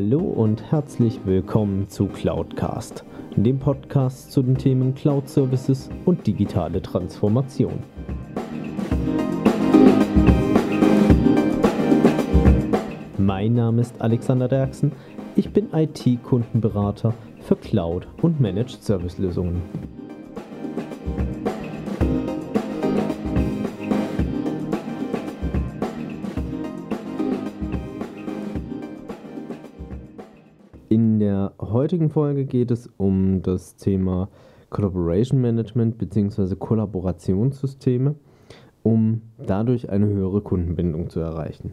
Hallo und herzlich willkommen zu Cloudcast, dem Podcast zu den Themen Cloud Services und digitale Transformation. Mein Name ist Alexander Derksen, ich bin IT-Kundenberater für Cloud- und Managed Service-Lösungen. In der heutigen Folge geht es um das Thema Collaboration Management bzw. Kollaborationssysteme, um dadurch eine höhere Kundenbindung zu erreichen.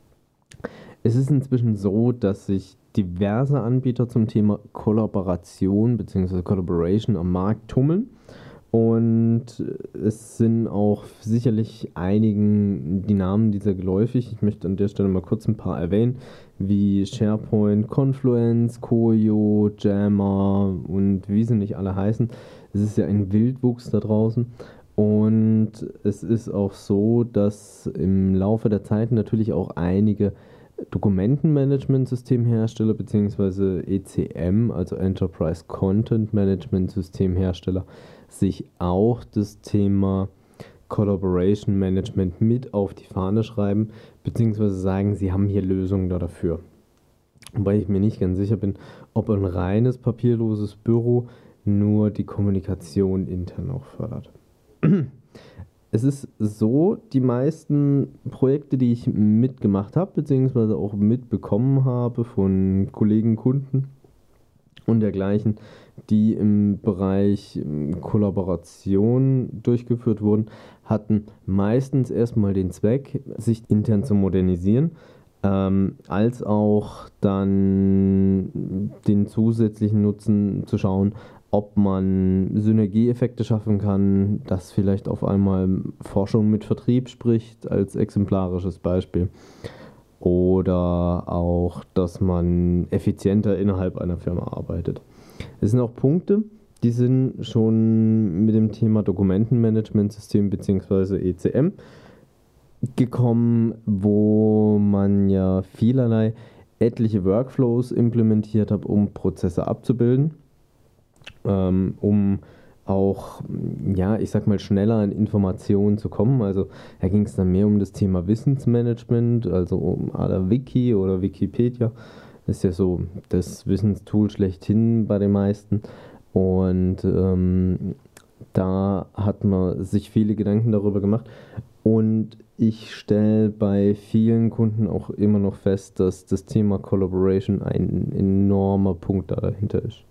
Es ist inzwischen so, dass sich diverse Anbieter zum Thema Kollaboration bzw. Collaboration am Markt tummeln. Und es sind auch sicherlich einigen die Namen dieser geläufig. Ich möchte an der Stelle mal kurz ein paar erwähnen, wie SharePoint, Confluence, Koyo, Jammer und wie sie nicht alle heißen. Es ist ja ein Wildwuchs da draußen. Und es ist auch so, dass im Laufe der Zeit natürlich auch einige Dokumentenmanagement-Systemhersteller bzw. ECM, also Enterprise Content Management Systemhersteller, sich auch das Thema Collaboration Management mit auf die Fahne schreiben, beziehungsweise sagen, sie haben hier Lösungen dafür. Wobei ich mir nicht ganz sicher bin, ob ein reines papierloses Büro nur die Kommunikation intern auch fördert. Es ist so, die meisten Projekte, die ich mitgemacht habe, beziehungsweise auch mitbekommen habe von Kollegen, Kunden und dergleichen, die im Bereich Kollaboration durchgeführt wurden, hatten meistens erstmal den Zweck, sich intern zu modernisieren, als auch dann den zusätzlichen Nutzen zu schauen, ob man Synergieeffekte schaffen kann, dass vielleicht auf einmal Forschung mit Vertrieb spricht, als exemplarisches Beispiel. Oder auch, dass man effizienter innerhalb einer Firma arbeitet. Es sind auch Punkte, die sind schon mit dem Thema Dokumentenmanagementsystem bzw. ECM gekommen, wo man ja vielerlei etliche Workflows implementiert hat, um Prozesse abzubilden. Um auch, ich sag mal, schneller an Informationen zu kommen. Also da ging es dann mehr um das Thema Wissensmanagement, also um Wiki oder Wikipedia. Das ist ja so das Wissenstool schlechthin bei den meisten. Und da hat man sich viele Gedanken darüber gemacht. Und ich stelle bei vielen Kunden auch immer noch fest, dass das Thema Collaboration ein enormer Punkt dahinter ist.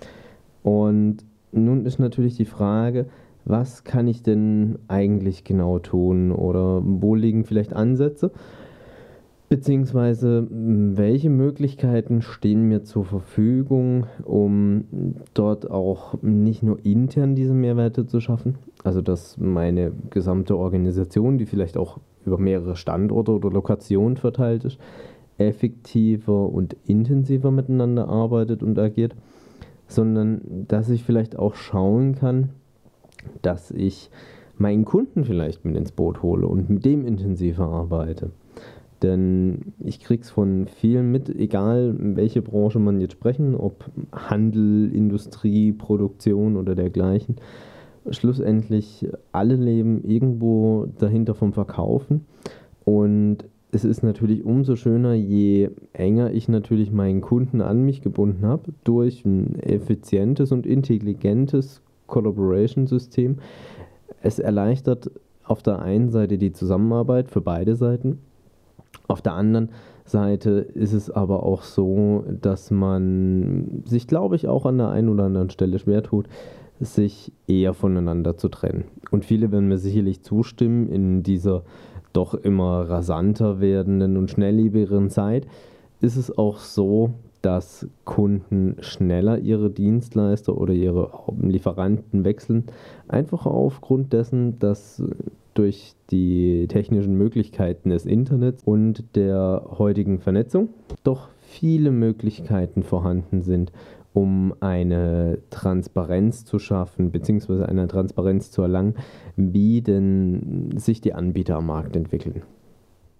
Und nun ist natürlich die Frage, was kann ich denn eigentlich genau tun oder wo liegen vielleicht Ansätze, beziehungsweise welche Möglichkeiten stehen mir zur Verfügung, um dort auch nicht nur intern diese Mehrwerte zu schaffen, also dass meine gesamte Organisation, die vielleicht auch über mehrere Standorte oder Lokationen verteilt ist, effektiver und intensiver miteinander arbeitet und agiert, sondern dass ich vielleicht auch schauen kann, dass ich meinen Kunden vielleicht mit ins Boot hole und mit dem intensiver arbeite. Denn ich krieg's von vielen mit, egal welche Branche man jetzt sprechen, ob Handel, Industrie, Produktion oder dergleichen, schlussendlich alle leben irgendwo dahinter vom Verkaufen. Und es ist natürlich umso schöner, je enger ich natürlich meinen Kunden an mich gebunden habe, durch ein effizientes und intelligentes Collaboration-System. Es erleichtert auf der einen Seite die Zusammenarbeit für beide Seiten. Auf der anderen Seite ist es aber auch so, dass man sich, glaube ich, auch an der einen oder anderen Stelle schwer tut, sich eher voneinander zu trennen. Und viele werden mir sicherlich zustimmen, in dieser doch immer rasanter werdenden und schnelllebigen Zeit ist es auch so, dass Kunden schneller ihre Dienstleister oder ihre Lieferanten wechseln, einfach aufgrund dessen, dass durch die technischen Möglichkeiten des Internets und der heutigen Vernetzung doch viele Möglichkeiten vorhanden sind, um eine Transparenz zu schaffen, beziehungsweise eine Transparenz zu erlangen, wie denn sich die Anbieter am Markt entwickeln.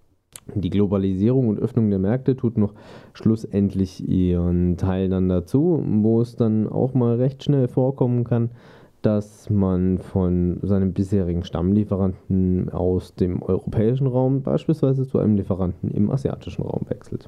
Die Globalisierung und Öffnung der Märkte tut noch schlussendlich ihren Teil dann dazu, wo es dann auch mal recht schnell vorkommen kann, dass man von seinem bisherigen Stammlieferanten aus dem europäischen Raum beispielsweise zu einem Lieferanten im asiatischen Raum wechselt.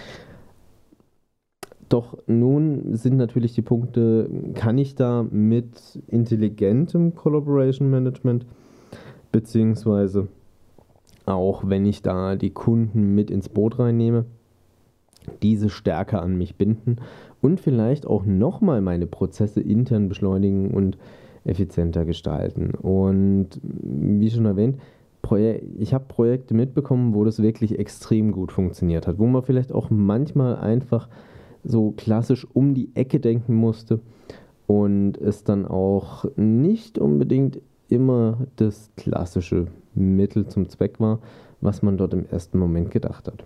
Doch nun sind natürlich die Punkte, kann ich da mit intelligentem Collaboration Management, beziehungsweise auch wenn ich da die Kunden mit ins Boot reinnehme, diese stärker an mich binden und vielleicht auch nochmal meine Prozesse intern beschleunigen und effizienter gestalten. Und wie schon erwähnt, ich habe Projekte mitbekommen, wo das wirklich extrem gut funktioniert hat, wo man vielleicht auch manchmal einfach so klassisch um die Ecke denken musste und es dann auch nicht unbedingt immer das klassische Mittel zum Zweck war, was man dort im ersten Moment gedacht hat.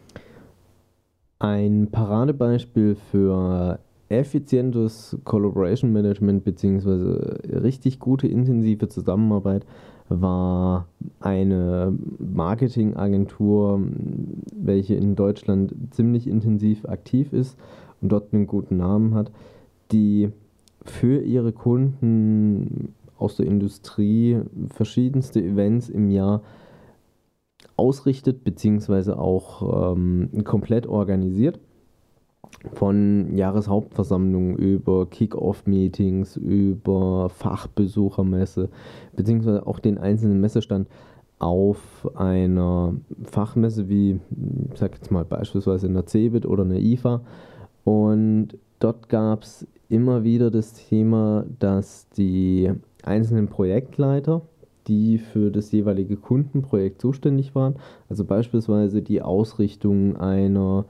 Ein Paradebeispiel für effizientes Collaboration Management bzw. richtig gute intensive Zusammenarbeit war eine Marketingagentur, welche in Deutschland ziemlich intensiv aktiv ist und dort einen guten Namen hat, die für ihre Kunden aus der Industrie verschiedenste Events im Jahr ausrichtet bzw. auch komplett organisiert. Von Jahreshauptversammlungen über Kick-Off-Meetings, über Fachbesuchermesse, beziehungsweise auch den einzelnen Messestand auf einer Fachmesse wie, ich sag jetzt mal beispielsweise einer CeBIT oder einer IFA. Und dort gab es immer wieder das Thema, dass die einzelnen Projektleiter, die für das jeweilige Kundenprojekt zuständig waren, also beispielsweise die Ausrichtung einer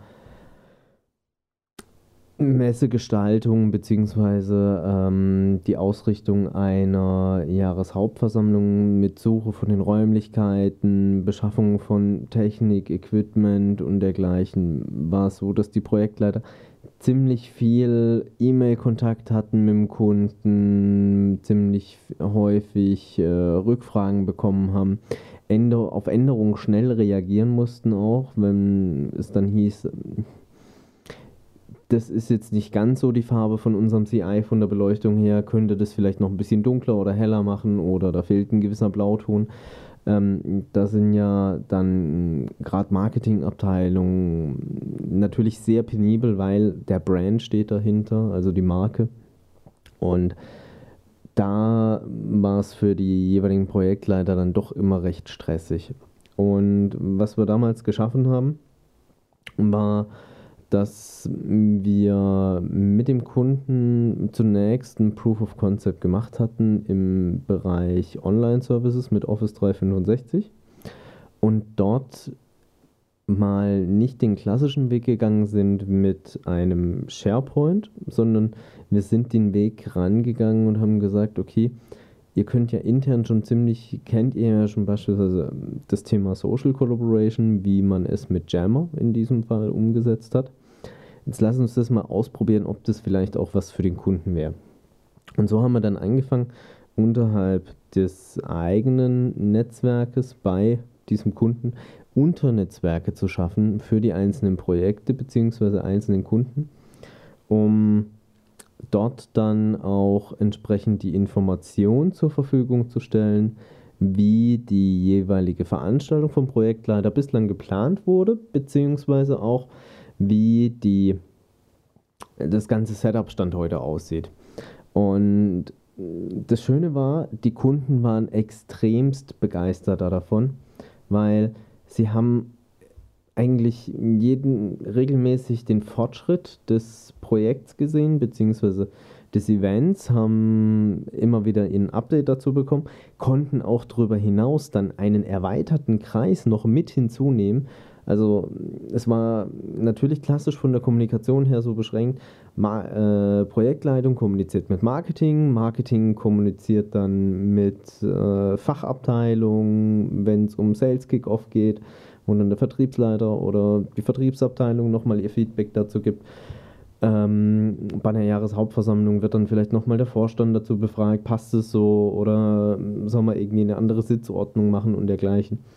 Messegestaltung beziehungsweise die Ausrichtung einer Jahreshauptversammlung mit Suche von den Räumlichkeiten, Beschaffung von Technik, Equipment und dergleichen, war es so, dass die Projektleiter ziemlich viel E-Mail-Kontakt hatten mit dem Kunden, ziemlich häufig Rückfragen bekommen haben, auf Änderungen schnell reagieren mussten auch, wenn es dann hieß, das ist jetzt nicht ganz so die Farbe von unserem CI von der Beleuchtung her, könnte das vielleicht noch ein bisschen dunkler oder heller machen oder da fehlt ein gewisser Blauton. Da sind ja dann gerade Marketingabteilungen natürlich sehr penibel, weil der Brand steht dahinter, also die Marke. Und da war es für die jeweiligen Projektleiter dann doch immer recht stressig. Und was wir damals geschaffen haben, war, dass wir mit dem Kunden zunächst ein Proof of Concept gemacht hatten im Bereich Online-Services mit Office 365 und dort mal nicht den klassischen Weg gegangen sind mit einem SharePoint, sondern wir sind den Weg rangegangen und haben gesagt, okay, ihr könnt ja intern schon kennt ihr ja schon beispielsweise das Thema Social Collaboration, wie man es mit Jammer in diesem Fall umgesetzt hat. Jetzt lass uns das mal ausprobieren, ob das vielleicht auch was für den Kunden wäre. Und so haben wir dann angefangen, unterhalb des eigenen Netzwerkes bei diesem Kunden Unternetzwerke zu schaffen für die einzelnen Projekte bzw. einzelnen Kunden, um dort dann auch entsprechend die Information zur Verfügung zu stellen, wie die jeweilige Veranstaltung vom Projektleiter bislang geplant wurde, beziehungsweise auch wie das ganze Setup Stand heute aussieht. Und das Schöne war, die Kunden waren extremst begeistert davon, weil sie haben eigentlich regelmäßig den Fortschritt des Projekts gesehen, beziehungsweise des Events, haben immer wieder ein Update dazu bekommen, konnten auch darüber hinaus dann einen erweiterten Kreis noch mit hinzunehmen. Also es war natürlich klassisch von der Kommunikation her so beschränkt. Projektleitung kommuniziert mit Marketing, Marketing kommuniziert dann mit Fachabteilung, wenn es um Sales Kickoff geht, wo dann der Vertriebsleiter oder die Vertriebsabteilung nochmal ihr Feedback dazu gibt. Bei einer Jahreshauptversammlung wird dann vielleicht nochmal der Vorstand dazu befragt, passt es so oder soll man irgendwie eine andere Sitzordnung machen und dergleichen.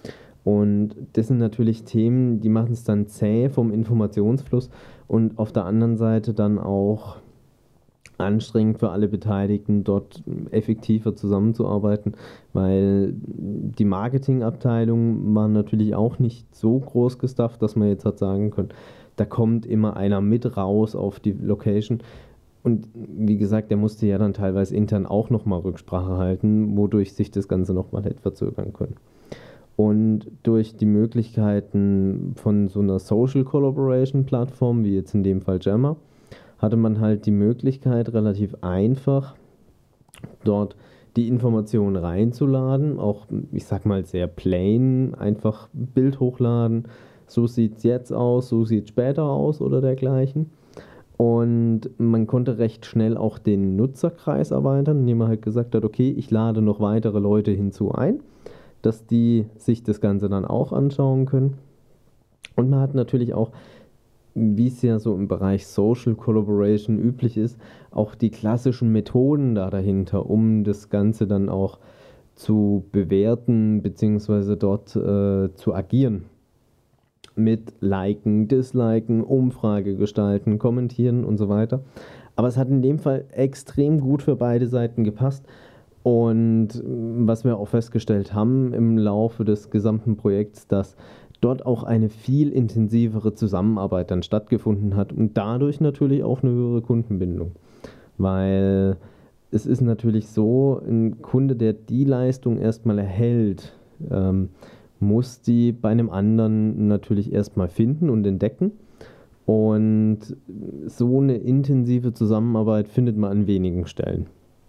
Und das sind natürlich Themen, die machen es dann zäh vom Informationsfluss und auf der anderen Seite dann auch anstrengend für alle Beteiligten, dort effektiver zusammenzuarbeiten, weil die Marketingabteilung war natürlich auch nicht so groß gestafft, dass man jetzt hat sagen können, da kommt immer einer mit raus auf die Location. Und wie gesagt, der musste ja dann teilweise intern auch nochmal Rücksprache halten, wodurch sich das Ganze nochmal hätte verzögern können. Und durch die Möglichkeiten von so einer Social Collaboration Plattform, wie jetzt in dem Fall Jammer, hatte man halt die Möglichkeit, relativ einfach dort die Informationen reinzuladen, auch, ich sag mal, sehr plain, einfach Bild hochladen, so sieht es jetzt aus, so sieht es später aus oder dergleichen. Und man konnte recht schnell auch den Nutzerkreis erweitern, indem man halt gesagt hat, okay, ich lade noch weitere Leute hinzu ein, dass die sich das Ganze dann auch anschauen können. Und man hat natürlich auch, wie es ja so im Bereich Social Collaboration üblich ist, auch die klassischen Methoden da dahinter, um das Ganze dann auch zu bewerten bzw. dort zu agieren. Mit Liken, Disliken, Umfrage gestalten, kommentieren und so weiter. Aber es hat in dem Fall extrem gut für beide Seiten gepasst. Und was wir auch festgestellt haben im Laufe des gesamten Projekts, dass dort auch eine viel intensivere Zusammenarbeit dann stattgefunden hat und dadurch natürlich auch eine höhere Kundenbindung. Weil es ist natürlich so, ein Kunde, der die Leistung erstmal erhält, muss die bei einem anderen natürlich erstmal finden und entdecken. Und so eine intensive Zusammenarbeit findet man an wenigen Stellen.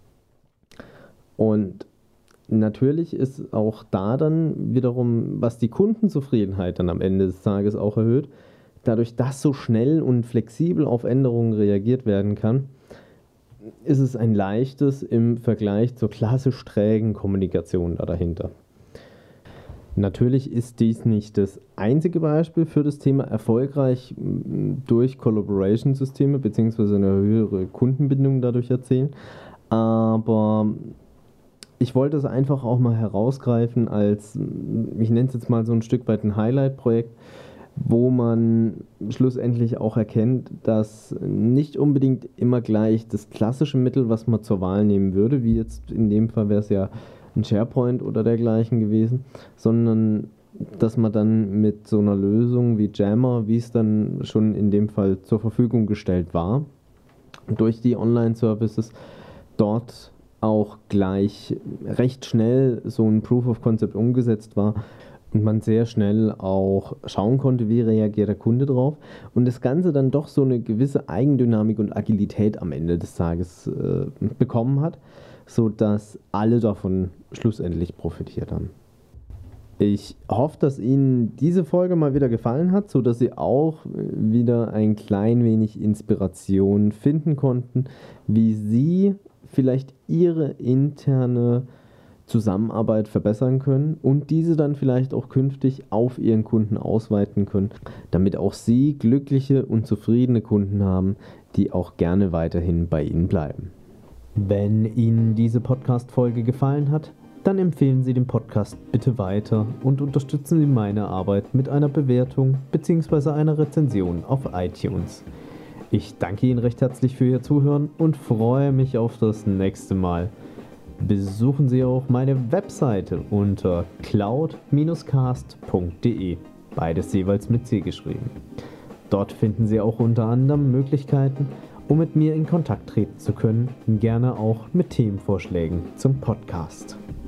Und natürlich ist auch da dann wiederum, was die Kundenzufriedenheit dann am Ende des Tages auch erhöht, dadurch, dass so schnell und flexibel auf Änderungen reagiert werden kann, ist es ein leichtes im Vergleich zur klassisch trägen Kommunikation da dahinter. Natürlich ist dies nicht das einzige Beispiel für das Thema erfolgreich durch Collaboration-Systeme bzw. eine höhere Kundenbindung dadurch erzielen, aber ich wollte es einfach auch mal herausgreifen als, ich nenne es jetzt mal so ein Stück weit ein Highlight-Projekt, wo man schlussendlich auch erkennt, dass nicht unbedingt immer gleich das klassische Mittel, was man zur Wahl nehmen würde, wie jetzt in dem Fall wäre es ja ein SharePoint oder dergleichen gewesen, sondern dass man dann mit so einer Lösung wie Jammer, wie es dann schon in dem Fall zur Verfügung gestellt war, durch die Online-Services dort auch gleich recht schnell so ein Proof of Concept umgesetzt war und man sehr schnell auch schauen konnte, wie reagiert der Kunde drauf und das Ganze dann doch so eine gewisse Eigendynamik und Agilität am Ende des Tages bekommen hat, sodass alle davon schlussendlich profitiert haben. Ich hoffe, dass Ihnen diese Folge mal wieder gefallen hat, sodass Sie auch wieder ein klein wenig Inspiration finden konnten, wie Sie vielleicht Ihre interne Zusammenarbeit verbessern können und diese dann vielleicht auch künftig auf Ihren Kunden ausweiten können, damit auch Sie glückliche und zufriedene Kunden haben, die auch gerne weiterhin bei Ihnen bleiben. Wenn Ihnen diese Podcast-Folge gefallen hat, dann empfehlen Sie den Podcast bitte weiter und unterstützen Sie meine Arbeit mit einer Bewertung bzw. einer Rezension auf iTunes. Ich danke Ihnen recht herzlich für Ihr Zuhören und freue mich auf das nächste Mal. Besuchen Sie auch meine Webseite unter cloud-cast.de, beides jeweils mit C geschrieben. Dort finden Sie auch unter anderem Möglichkeiten, um mit mir in Kontakt treten zu können, gerne auch mit Themenvorschlägen zum Podcast.